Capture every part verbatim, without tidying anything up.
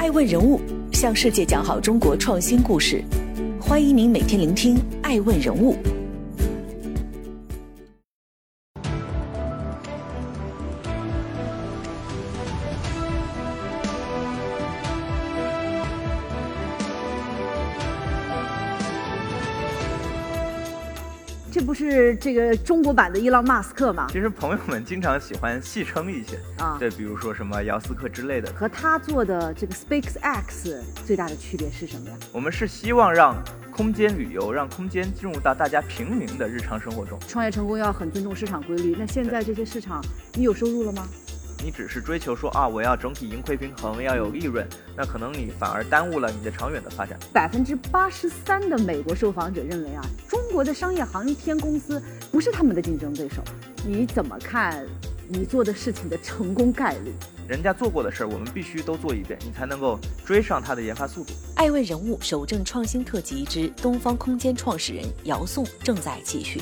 爱问人物，向世界讲好中国创新故事。欢迎您每天聆听爱问人物。 这不是这个中国版的伊朗马斯克吗？ 其实朋友们经常喜欢戏称一些啊，对，比如说什么姚斯克之类的。 和他做的这个 SpaceX 最大的区别是什么呀？ 我们是希望让空间旅游，让空间进入到大家平民的日常生活中。 创业成功要很尊重市场规律，那现在这些市场你有收入了吗？ 你只是追求说啊，我要整体盈亏平衡，要有利润，那可能你反而耽误了你的长远的发展。 百分之八十三的美国受访者认为啊，中国的商业航天公司不是他们的竞争对手。你怎么看你做的事情的成功概率？ 人家做过的事儿，我们必须都做一遍，你才能够追上它的研发速度。 爱问人物守正创新特辑之东方空间创始人姚宋正在继续。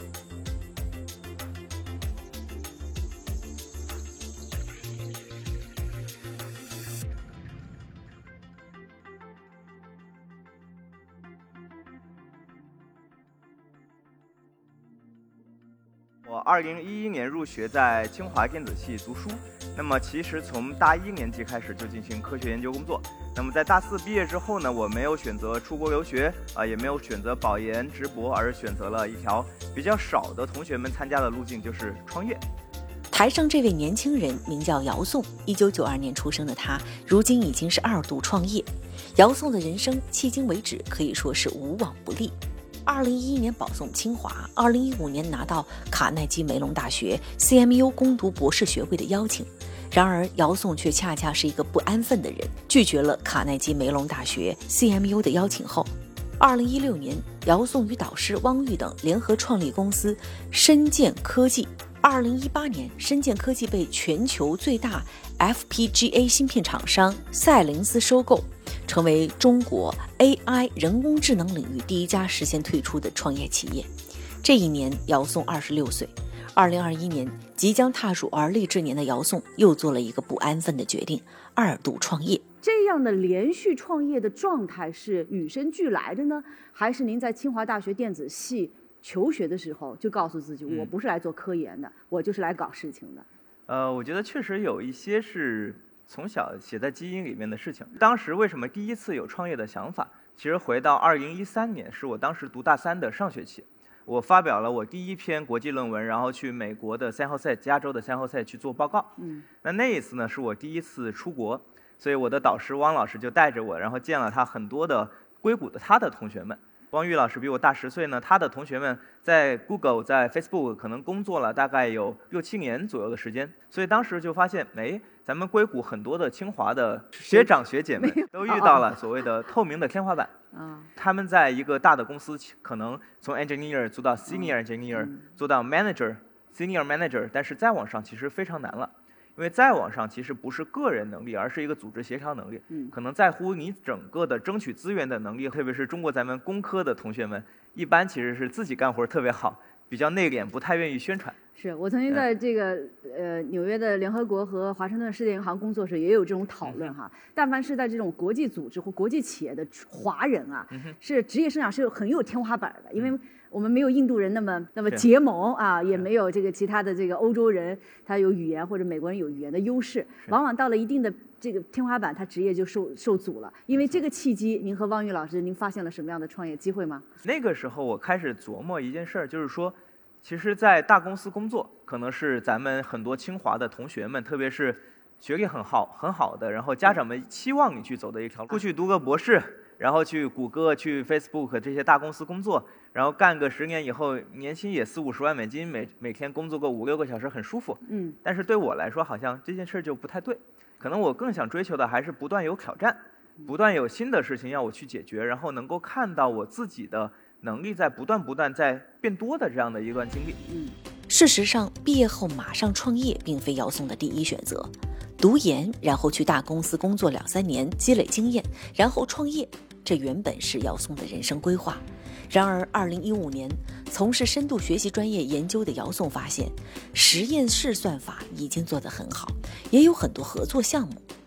我二零一一年入学在清华电子系读书，那么其实从大一年级开始就进行科学研究工作。那么在大四毕业之后呢，我没有选择出国留学啊、呃，也没有选择保研直博，而选择了一条比较少的同学们参加的路径，就是创业。 台上这位年轻人名叫姚宋，一九九二年出生的他，如今已经是二度创业。姚宋的人生迄今为止可以说是无往不利。二零一一年保送清华，二零一五年拿到卡耐基梅隆大学 C M U 攻读博士学位的邀请。然而姚宋却恰恰是一个不安分的人，拒绝了卡耐基梅隆大学 C M U 的邀请后，二零一六年姚宋与导师汪玉等联合创立公司深建科技。二零一八年深建科技被全球最大 F P G A 芯片厂商赛灵思收购，成为中国 A I 人工智能领域第一家实现退出的创业企业。这一年姚宋二十六岁，二零二一年即将踏入而立之年的姚宋又做了一个不安分的决定，二度创业。 这样的连续创业的状态是与生俱来的呢，还是您在清华大学电子系求学的时候就告诉自己，我不是来做科研的、嗯、我就是来搞事情的？ 呃，我觉得确实有一些是从小写在基因里面的事情。当时为什么第一次有创业的想法，其实回到二零一三年，是我当时读大三的上学期，我发表了我第一篇国际论文，然后去美国的三后塞，加州的三后塞去做报告。嗯，那那一次呢，是我第一次出国，所以我的导师汪老师就带着我，然后见了他很多的硅谷的他的同学们。汪玉老师比我大十岁呢，他的同学们在 Google 在 Facebook 可能工作了大概有六七年左右的时间，所以当时就发现，哎，咱们硅谷很多的清华的学长学姐们都遇到了所谓的透明的天花板。他们在一个大的公司，可能从 engineer 做到 senior engineer， 做到 manager、senior manager， 但是再往上其实非常难了。因为再往上其实不是个人能力，而是一个组织协调能力，可能在乎你整个的争取资源的能力。特别是中国咱们工科的同学们，一般其实是自己干活特别好，比较内敛，不太愿意宣传。 是我曾经在这个、嗯、呃纽约的联合国和华盛顿世界银行工作时也有这种讨论哈。嗯、但凡是在这种国际组织或国际企业的华人啊，嗯、是职业生涯是很有天花板的，因为我们没有印度人那么那么结盟啊，也没有这个其他的这个欧洲人他有语言或者美国人有语言的优势，往往到了一定的这个天花板，他职业就受受阻了。因为这个契机，您和汪玉老师，您发现了什么样的创业机会吗？ 那个时候我开始琢磨一件事儿，就是说，其实，在大公司工作，可能是咱们很多清华的同学们，特别是学历很好很好的，然后家长们期望你去走的一条路，去读个博士，然后去谷歌、去 Facebook 这些大公司工作，然后干个十年以后，年薪也四五十万美金，每每天工作个五六个小时，很舒服。嗯。但是对我来说，好像这件事就不太对。可能我更想追求的还是不断有挑战，不断有新的事情要我去解决，然后能够看到我自己的能力在不断不断在变多的这样的一段经历。嗯。 事实上，毕业后马上创业并非姚宋的第一选择。读研，然后去大公司工作两三年，积累经验，然后创业，这原本是姚宋的人生规划。然而二零一五年，从事深度学习专业研究的姚宋发现，实验室算法已经做得很好，也有很多合作项目，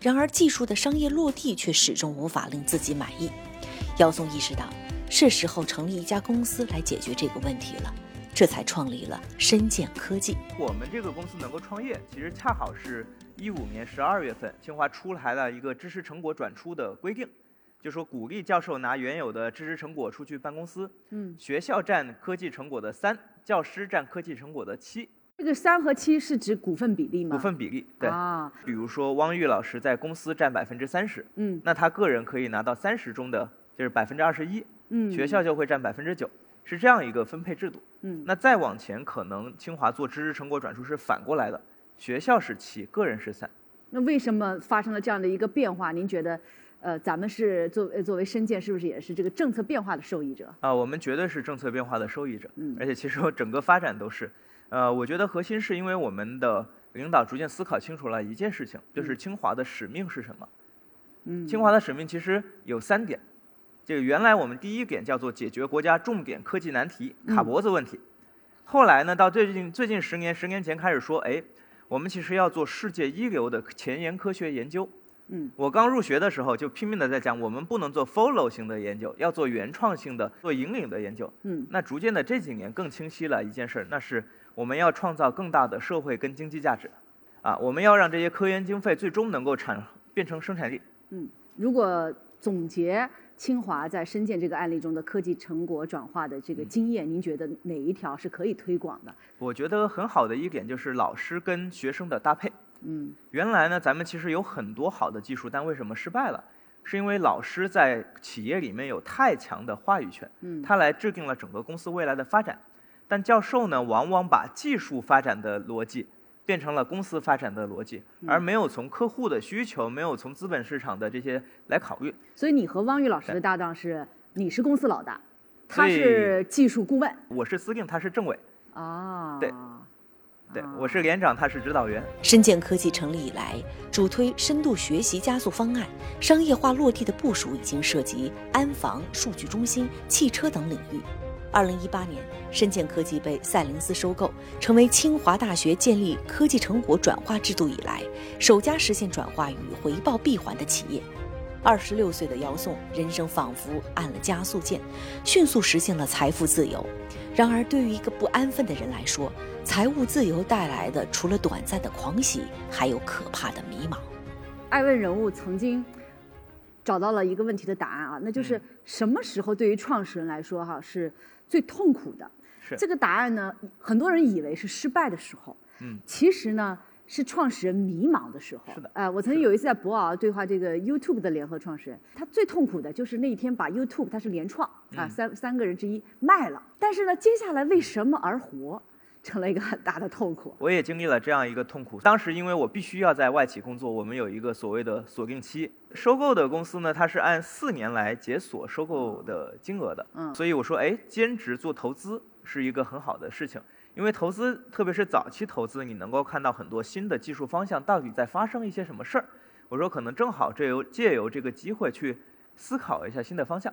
然而技术的商业落地却始终无法令自己满意。姚松意识到，是时候成立一家公司来解决这个问题了，这才创立了深建科技。 我们这个公司能够创业，其实恰好是一五年十二月份，清华出台了一个知识成果转出的规定，就说鼓励教授拿原有的知识成果出去办公司，嗯，学校占科技成果的三，教师占科技成果的七。 这个三和七是指股份比例吗？ 股份比例，对。 啊， 比如说汪玉老师在公司占百分之三十，嗯，那他个人可以拿到三十中的就是百分之二十一，嗯，学校就会占百分之九，是这样一个分配制度。嗯，那再往前，可能清华做知识成果转出是反过来的，学校是七，个人是三。 那为什么发生了这样的一个变化？您觉得？呃，咱们是作为作为深建，是不是也是这个政策变化的受益者？ 啊，我们绝对是政策变化的受益者。嗯，而且其实我整个发展都是，呃，我觉得核心是因为我们的领导逐渐思考清楚了一件事情，就是清华的使命是什么。嗯，清华的使命其实有三点，这个原来我们第一点叫做解决国家重点科技难题、卡脖子问题，嗯、后来呢，到最近最近十年，十年前开始说，哎，我们其实要做世界一流的前沿科学研究。嗯，我刚入学的时候就拼命的在讲，我们不能做 follow 型的研究，要做原创性的、做引领的研究。嗯，那逐渐的这几年更清晰了一件事，那是我们要创造更大的社会跟经济价值，啊，我们要让这些科研经费最终能够产变成生产力。 嗯，如果总结清华在深建这个案例中的科技成果转化的这个经验，您觉得哪一条是可以推广的？ 我觉得很好的一点就是老师跟学生的搭配。嗯，原来呢，咱们其实有很多好的技术，但为什么失败了？是因为老师在企业里面有太强的话语权，嗯，他来制定了整个公司未来的发展。但教授呢，往往把技术发展的逻辑变成了公司发展的逻辑，而没有从客户的需求，没有从资本市场的这些来考虑。 所以你和汪玉老师的搭档是，你是公司老大，他是技术顾问， 我是司令，他是政委。 啊， 对。对，我是连长，他是指导员。 深建科技成立以来，主推深度学习加速方案，商业化落地的部署已经涉及安防、数据中心、汽车等领域。二零一八年，深建科技被赛灵思收购，成为清华大学建立科技成果转化制度以来首家实现转化与回报闭环的企业。二十六岁的姚颂，人生仿佛按了加速键，迅速实现了财富自由。然而，对于一个不安分的人来说，财务自由带来的除了短暂的狂喜，还有可怕的迷茫。 爱问人物曾经找到了一个问题的答案啊，那就是什么时候对于创始人来说哈、啊、是最痛苦的？ 是这个答案呢，很多人以为是失败的时候，嗯，其实呢是创始人迷茫的时候。 是的， 哎、呃，我曾经有一次在博鳌对话这个 YouTube 的联合创始人，他最痛苦的就是那一天把 YouTube 他是联创啊、嗯、三三个人之一卖了，但是呢，接下来为什么而活？成了一个很大的痛苦。 我也经历了这样一个痛苦。当时因为我必须要在外企工作，我们有一个所谓的锁定期。收购的公司呢，它是按四年来解锁收购的金额的。嗯，所以我说，哎，兼职做投资是一个很好的事情，因为投资，特别是早期投资，你能够看到很多新的技术方向到底在发生一些什么事儿。我说，可能正好这由借由这个机会去思考一下新的方向。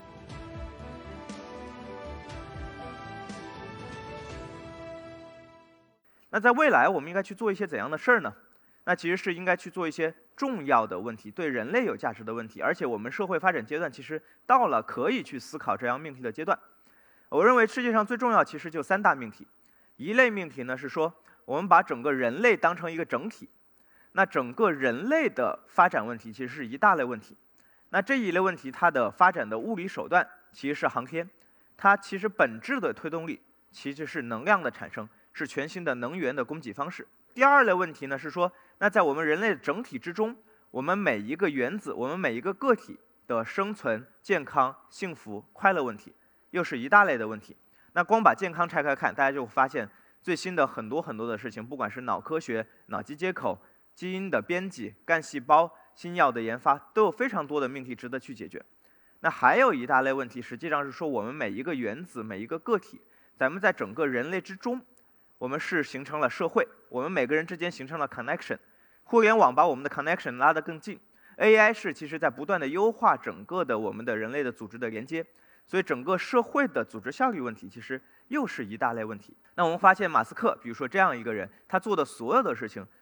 那在未来，我们应该去做一些怎样的事儿呢？那其实是应该去做一些重要的问题，对人类有价值的问题。而且我们社会发展阶段其实到了可以去思考这样命题的阶段。我认为世界上最重要其实就三大命题。一类命题呢是说，我们把整个人类当成一个整体。那整个人类的发展问题其实是一大类问题。那这一类问题它的发展的物理手段其实是航天，它其实本质的推动力其实是能量的产生。是全新的能源的供给方式。第二类问题呢是说，那在我们人类整体之中，我们每一个原子，我们每一个个体的生存、健康、幸福、快乐问题，又是一大类的问题。那光把健康拆开看，大家就会发现最新的很多很多的事情，不管是脑科学、脑机接口、基因的编辑、干细胞、新药的研发，都有非常多的命题值得去解决。那还有一大类问题，实际上是说我们每一个原子、每一个个体，咱们在整个人类之中，我们是形成了社会，我们每个人之间形成了 connection， 互联网把我们的 connection 拉得更近 ，A I 是其实在不断的优化整个的我们的人类的组织的连接，所以整个社会的组织效率问题其实又是一大类问题。那我们发现马斯克，比如说这样一个人，他做的所有的事情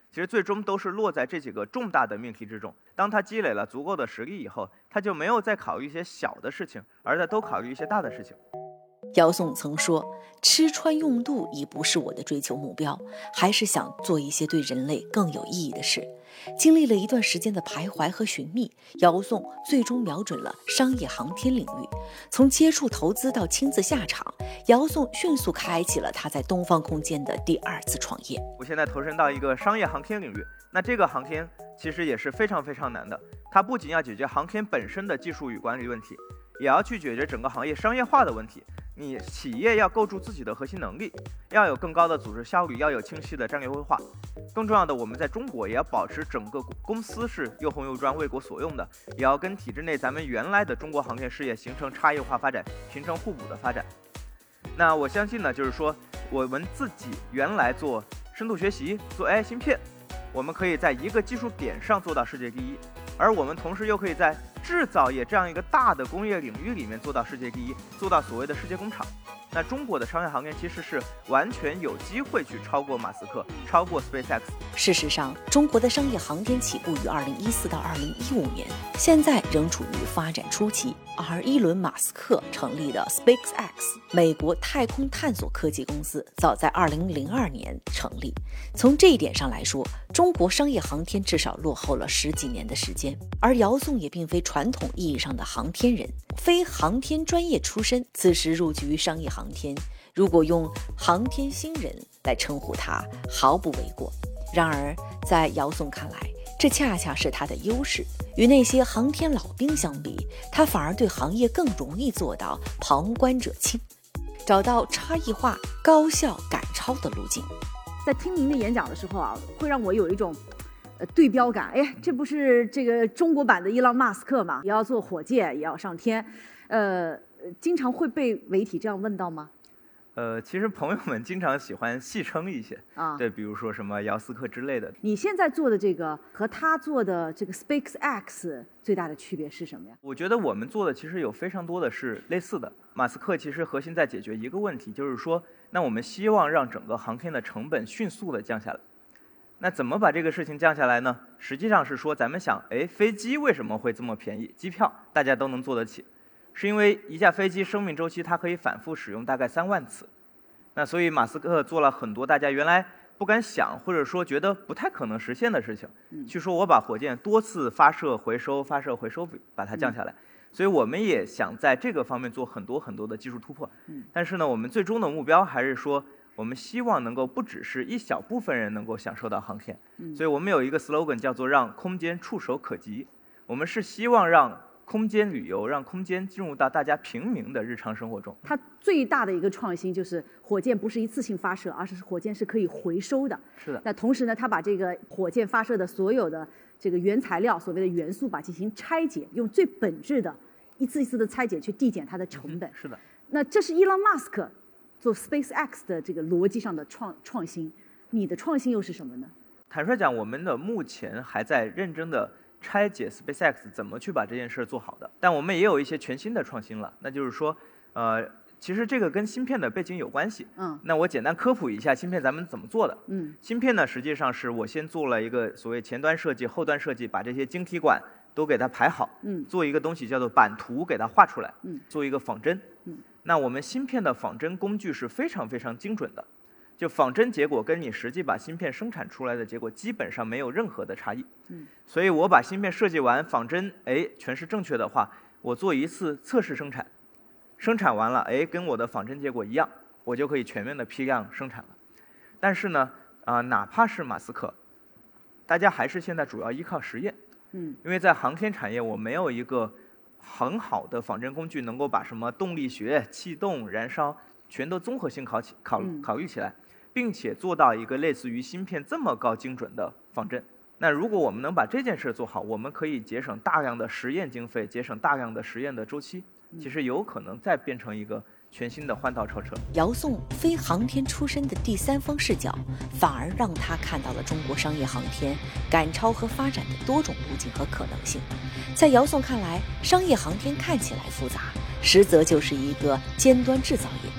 其实最终都是落在这几个重大的命题之中。当他积累了足够的实力以后，他就没有再考虑一些小的事情，而在都考虑一些大的事情。 姚宋曾说，吃穿用度已不是我的追求目标，还是想做一些对人类更有意义的事。经历了一段时间的徘徊和寻觅，姚宋最终瞄准了商业航天领域。从接触投资到亲自下场，姚宋迅速开启了他在东方空间的第二次创业。 我现在投身到一个商业航天领域，那这个航天其实也是非常非常难的。它不仅要解决航天本身的技术与管理问题，也要去解决整个行业商业化的问题。你企业要构筑自己的核心能力，要有更高的组织效率，要有清晰的战略规划。更重要的，我们在中国也要保持整个公司是又红又专、为国所用的，也要跟体制内咱们原来的中国航天事业形成差异化发展，形成互补的发展。那我相信呢，就是说我们自己原来做深度学习、做 A I 芯片，我们可以在一个技术点上做到世界第一，而我们同时又可以在制造业这样一个大的工业领域里面做到世界第一，做到所谓的世界工厂。那中国的商业航天其实是完全有机会去超过马斯克，超过 SpaceX。 事实上，中国的商业航天起步于二零一四到二零一五年，现在仍处于发展初期。而伊伦·马斯克成立的 SpaceX 美国太空探索科技公司，早在二零零二年成立。从这一点上来说，中国商业航天至少落后了十几年的时间。而姚宋也并非传统意义上的航天人，非航天专业出身，此时入局于商业航天，如果用航天新人来称呼他，毫不为过。然而在姚宋看来，这恰恰是他的优势。与那些航天老兵相比，他反而对行业更容易做到旁观者清，找到差异化、高效赶超的路径。 在听您的演讲的时候啊，会让我有一种呃对标感。哎，这不是这个中国版的伊朗马斯克嘛？也要做火箭，也要上天，呃，经常会被媒体这样问到吗？ 呃，其实朋友们经常喜欢戏称一些啊，对，比如说什么姚斯克之类的。 你现在做的这个和他做的这个 SpaceX 最大的区别是什么呀？ 我觉得我们做的其实有非常多的是类似的。马斯克其实核心在解决一个问题，就是说，那我们希望让整个航天的成本迅速的降下来。那怎么把这个事情降下来呢？实际上是说，咱们想，哎，飞机为什么会这么便宜？机票大家都能坐得起。是因为一架飞机生命周期它可以反复使用大概三万次，那所以马斯克做了很多大家原来不敢想或者说觉得不太可能实现的事情，去说我把火箭多次发射回收发射回收把它降下来，所以我们也想在这个方面做很多很多的技术突破。但是呢，我们最终的目标还是说，我们希望能够不只是一小部分人能够享受到航天，所以我们有一个 slogan 叫做让空间触手可及。我们是希望让空间旅游，让空间进入到大家平民的日常生活中。 它最大的一个创新就是火箭不是一次性发射，而是火箭是可以回收的。 是的。 那同时呢，它把这个火箭发射的所有的这个原材料，所谓的元素吧，进行拆解，用最本质的一次一次的拆解去递减它的成本。 嗯、是的。 那这是伊隆马斯克做 SpaceX 的这个逻辑上的创创新，你的创新又是什么呢？ 坦率讲，我们的目前还在认真的拆解 SpaceX 怎么去把这件事做好的，但我们也有一些全新的创新了。那就是说，呃，其实这个跟芯片的背景有关系。嗯。那我简单科普一下芯片咱们怎么做的。嗯。芯片呢，实际上是我先做了一个所谓前端设计、后端设计，把这些晶体管都给它排好。嗯。做一个东西叫做版图，给它画出来。嗯。做一个仿真。嗯。那我们芯片的仿真工具是非常非常精准的。就仿真结果跟你实际把芯片生产出来的结果基本上没有任何的差异，嗯，所以我把芯片设计完，仿真，哎，全是正确的话，我做一次测试生产，生产完了，哎，跟我的仿真结果一样，我就可以全面的批量生产了。但是呢，啊、呃，哪怕是马斯克，大家还是现在主要依靠实验，嗯，因为在航天产业，我没有一个很好的仿真工具能够把什么动力学、气动、燃烧全都综合性考起考考虑起来。并且做到一个类似于芯片这么高精准的仿真。那如果我们能把这件事做好，我们可以节省大量的实验经费，节省大量的实验的周期，其实有可能再变成一个全新的换道超车。 姚宋非航天出身的第三方视角，反而让他看到了中国商业航天赶超和发展的多种路径和可能性。在姚宋看来，商业航天看起来复杂，实则就是一个尖端制造业。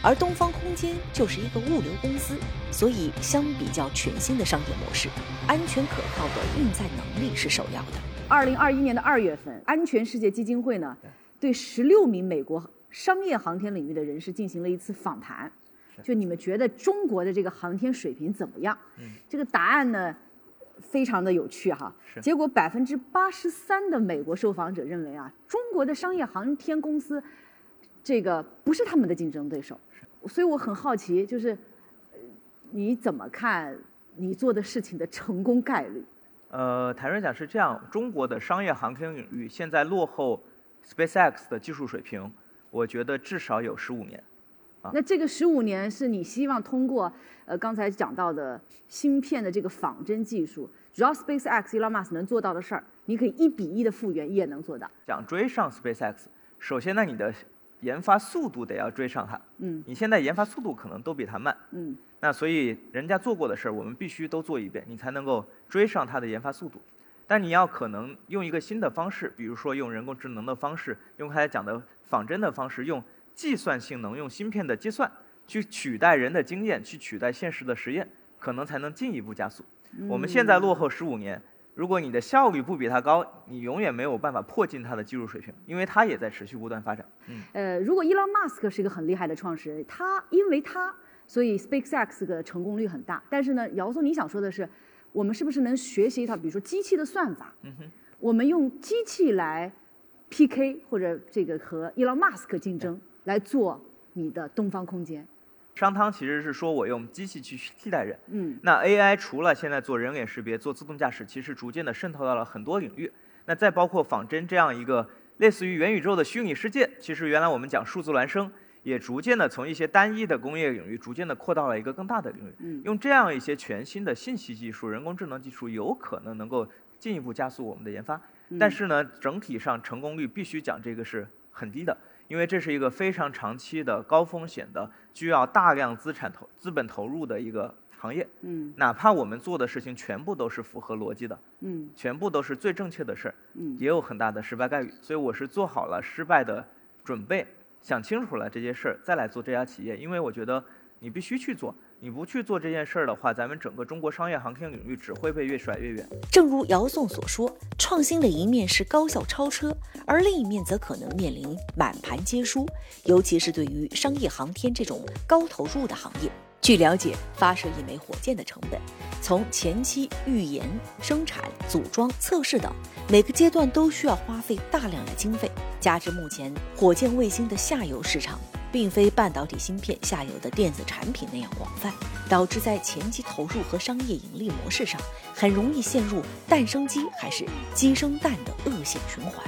而东方空间就是一个物流公司，所以相比较全新的商业模式，安全可靠的运载能力是首要的。 二零二一年的二月份，安全世界基金会呢，对十六名美国商业航天领域的人士进行了一次访谈，就你们觉得中国的这个航天水平怎么样？嗯，这个答案呢，非常的有趣哈。结果百分之八十三的美国受访者认为啊，中国的商业航天公司，这个不是他们的竞争对手。所以我很好奇，就是你怎么看你做的事情的成功概率？ 呃，坦率讲是这样，中国的商业航天领域现在落后 SpaceX 的技术水平，我觉得至少有十五年。啊、 那这个十五年是你希望通过呃刚才讲到的芯片的这个仿真技术，只要 SpaceX Elon Musk 能做到的事儿，你可以一比一的复原也能做到。 想追上 SpaceX， 首先呢，你的研发速度得要追上它。嗯，你现在研发速度可能都比它慢。嗯，那所以人家做过的事儿，我们必须都做一遍，你才能够追上它的研发速度。但你要可能用一个新的方式，比如说用人工智能的方式，用刚才讲的仿真的方式，用计算性能，用芯片的计算去取代人的经验，去取代现实的实验，可能才能进一步加速。嗯、我们现在落后十五年。如果你的效率不比它高，你永远没有办法迫近它的技术水平，因为它也在持续不断发展。 嗯，呃，如果 Elon Musk 是一个很厉害的创始人，他因为他，所以 SpaceX 的成功率很大。但是呢，姚松，你想说的是，我们是不是能学习一套，比如说机器的算法？嗯哼，我们用机器来 P K 或者这个和 Elon Musk 竞争，来做你的东方空间。 商汤其实是说我用机器去替代人，嗯，那 A I 除了现在做人脸识别、做自动驾驶，其实逐渐的渗透到了很多领域。那再包括仿真这样一个类似于元宇宙的虚拟世界，其实原来我们讲数字孪生，也逐渐的从一些单一的工业领域，逐渐的扩到了一个更大的领域。嗯，用这样一些全新的信息技术、人工智能技术，有可能能够进一步加速我们的研发。但是呢，整体上成功率必须讲这个是很低的。因为这是一个非常长期的、高风险的、需要大量资产投资本投入的一个行业。嗯，哪怕我们做的事情全部都是符合逻辑的，嗯，全部都是最正确的事儿，嗯，也有很大的失败概率。所以我是做好了失败的准备，想清楚了这些事儿，再来做这家企业。因为我觉得你必须去做，你不去做这件事儿的话，咱们整个中国商业航天领域只会被越甩越远。 正如姚颂所说，创新的一面是高效超车，而另一面则可能面临满盘皆输，尤其是对于商业航天这种高投入的行业。据了解，发射一枚火箭的成本，从前期预研、生产、组装、测试等，每个阶段都需要花费大量的经费。加之目前火箭卫星的下游市场并非半导体芯片下游的电子产品那样广泛，导致在前期投入和商业盈利模式上，很容易陷入蛋生鸡还是鸡生蛋的恶性循环。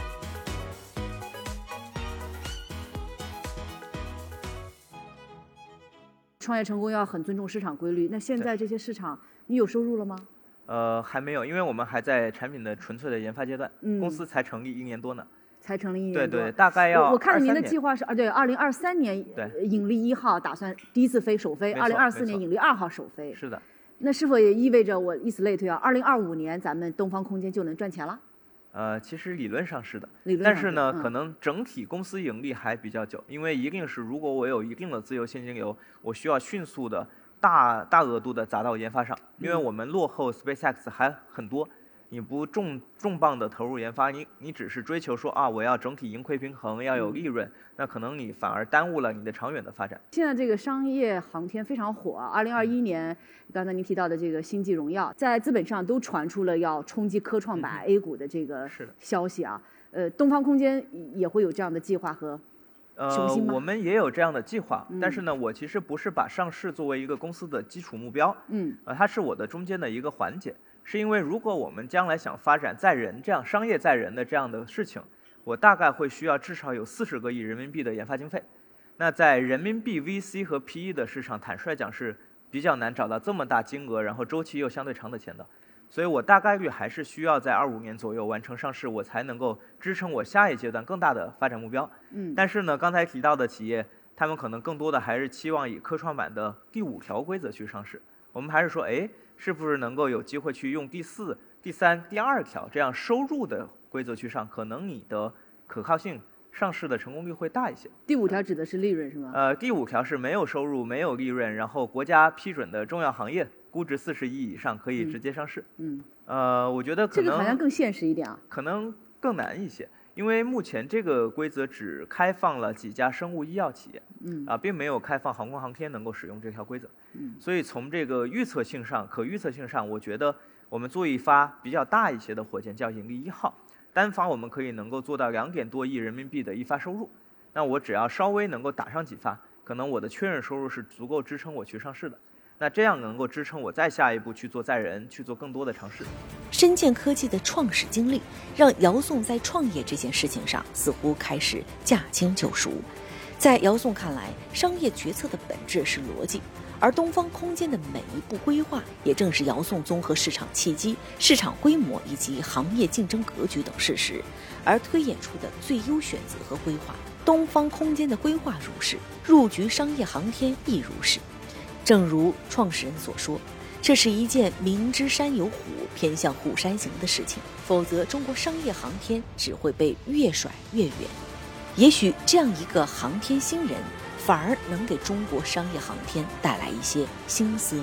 创业成功要很尊重市场规律，那现在这些市场你有收入了吗？ 呃，还没有，因为我们还在产品的纯粹的研发阶段，嗯、公司才成立一年多呢。 才成立一年多， 对对，大概要我。我看您的计划是啊，对，二零二三年对引力一号打算第一次飞首飞，二零二四年引力二号首飞。 是的。 那是否也意味着我以此类推啊？二零二五年咱们东方空间就能赚钱了？ 呃，其实理论上是的， 理论上但是呢、 嗯， 可能整体公司盈利还比较久，因为一定是如果我有一定的自由现金流，我需要迅速的大大额度的砸到研发上，因为我们落后 SpaceX 还很多。你不重重磅的投入研发，你你只是追求说啊，我要整体盈亏平衡，要有利润，嗯、那可能你反而耽误了你的长远的发展。 现在这个商业航天非常火，二零二一年，刚才您提到的这个星际荣耀，在资本上都传出了要冲击科创板 A 股的这个消息啊。呃，东方空间也会有这样的计划和雄心吗？ 呃，我们也有这样的计划，嗯、但是呢，我其实不是把上市作为一个公司的基础目标，嗯，呃，它是我的中间的一个环节。是因为如果我们将来想发展载人这样商业载人的这样的事情，我大概会需要至少有四十个亿人民币的研发经费。那在人民币 V C 和 P E 的市场，坦率讲是比较难找到这么大金额，然后周期又相对长的钱的。所以我大概率还是需要在二五年左右完成上市，我才能够支撑我下一阶段更大的发展目标。嗯，但是呢，刚才提到的企业，他们可能更多的还是期望以科创板的第五条规则去上市。我们还是说，哎，是不是能够有机会去用第四、第三、第二条这样收入的规则去上？可能你的可靠性上市的成功率会大一些。 第五条指的是利润是吗？ 呃，第五条是没有收入、没有利润，然后国家批准的重要行业，估值四十亿以上可以直接上市。 嗯， 呃，我觉得可能这个好像更现实一点啊， 可能更难一些。因为目前这个规则只开放了几家生物医药企业， 嗯啊，并没有开放航空航天能够使用这条规则， 嗯， 所以从这个预测性上、可预测性上，我觉得我们做一发比较大一些的火箭叫引力一号，单发我们可以能够做到两点多亿人民币的一发收入，那我只要稍微能够打上几发，可能我的确认收入是足够支撑我去上市的。那这样能够支撑我再下一步去做载人，去做更多的尝试。 深建科技的创始经历，让姚宋在创业这件事情上似乎开始驾轻就熟。在姚宋看来，商业决策的本质是逻辑，而东方空间的每一步规划，也正是姚宋综合市场契机、市场规模以及行业竞争格局等事实，而推演出的最优选择和规划。东方空间的规划如是，入局商业航天亦如是。正如创始人所说，这是一件明知山有虎，偏向虎山行的事情，否则中国商业航天只会被越甩越远。也许这样一个航天新人，反而能给中国商业航天带来一些新思路。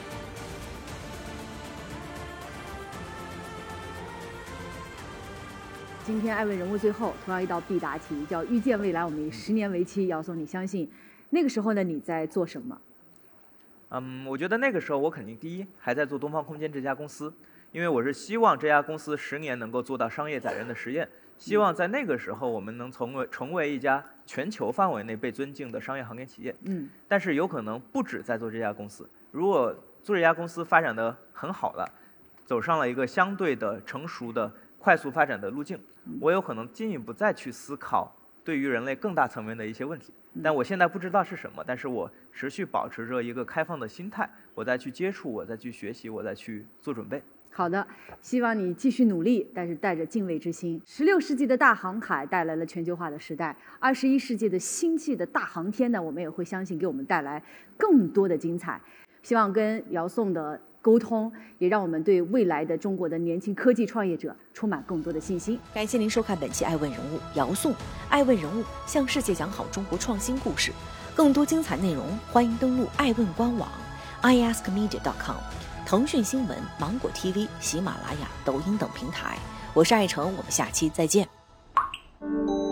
今天爱问人物最后同样一道必答题，叫预见未来，我们以十年为期。姚宋，你相信那个时候呢你在做什么？ 嗯，我觉得那个时候我肯定第一还在做东方空间这家公司，因为我是希望这家公司十年能够做到商业载人的实验，希望在那个时候我们能成为成为一家全球范围内被尊敬的商业航天企业。 嗯， 但是有可能不止在做这家公司，如果做这家公司发展得很好了，走上了一个相对的成熟的快速发展的路径，我有可能进一步再去思考对于人类更大层面的一些问题。但我现在不知道是什么，但是我持续保持着一个开放的心态，我再去接触，我再去学习，我再去做准备。 好的，希望你继续努力，但是带着敬畏之心。十六世纪的大航海带来了全球化的时代，二十一世纪的星际的大航天呢，我们也会相信给我们带来更多的精彩。希望跟姚宋的沟通，也让我们对未来的中国的年轻科技创业者充满更多的信心。 感谢您收看本期《爱问人物》，姚宋，爱问人物向世界讲好中国创新故事。更多精彩内容，欢迎登录爱问官网 i ask media dot com。腾讯新闻、芒果 T V、喜马拉雅、抖音等平台。我是爱成，我们下期再见。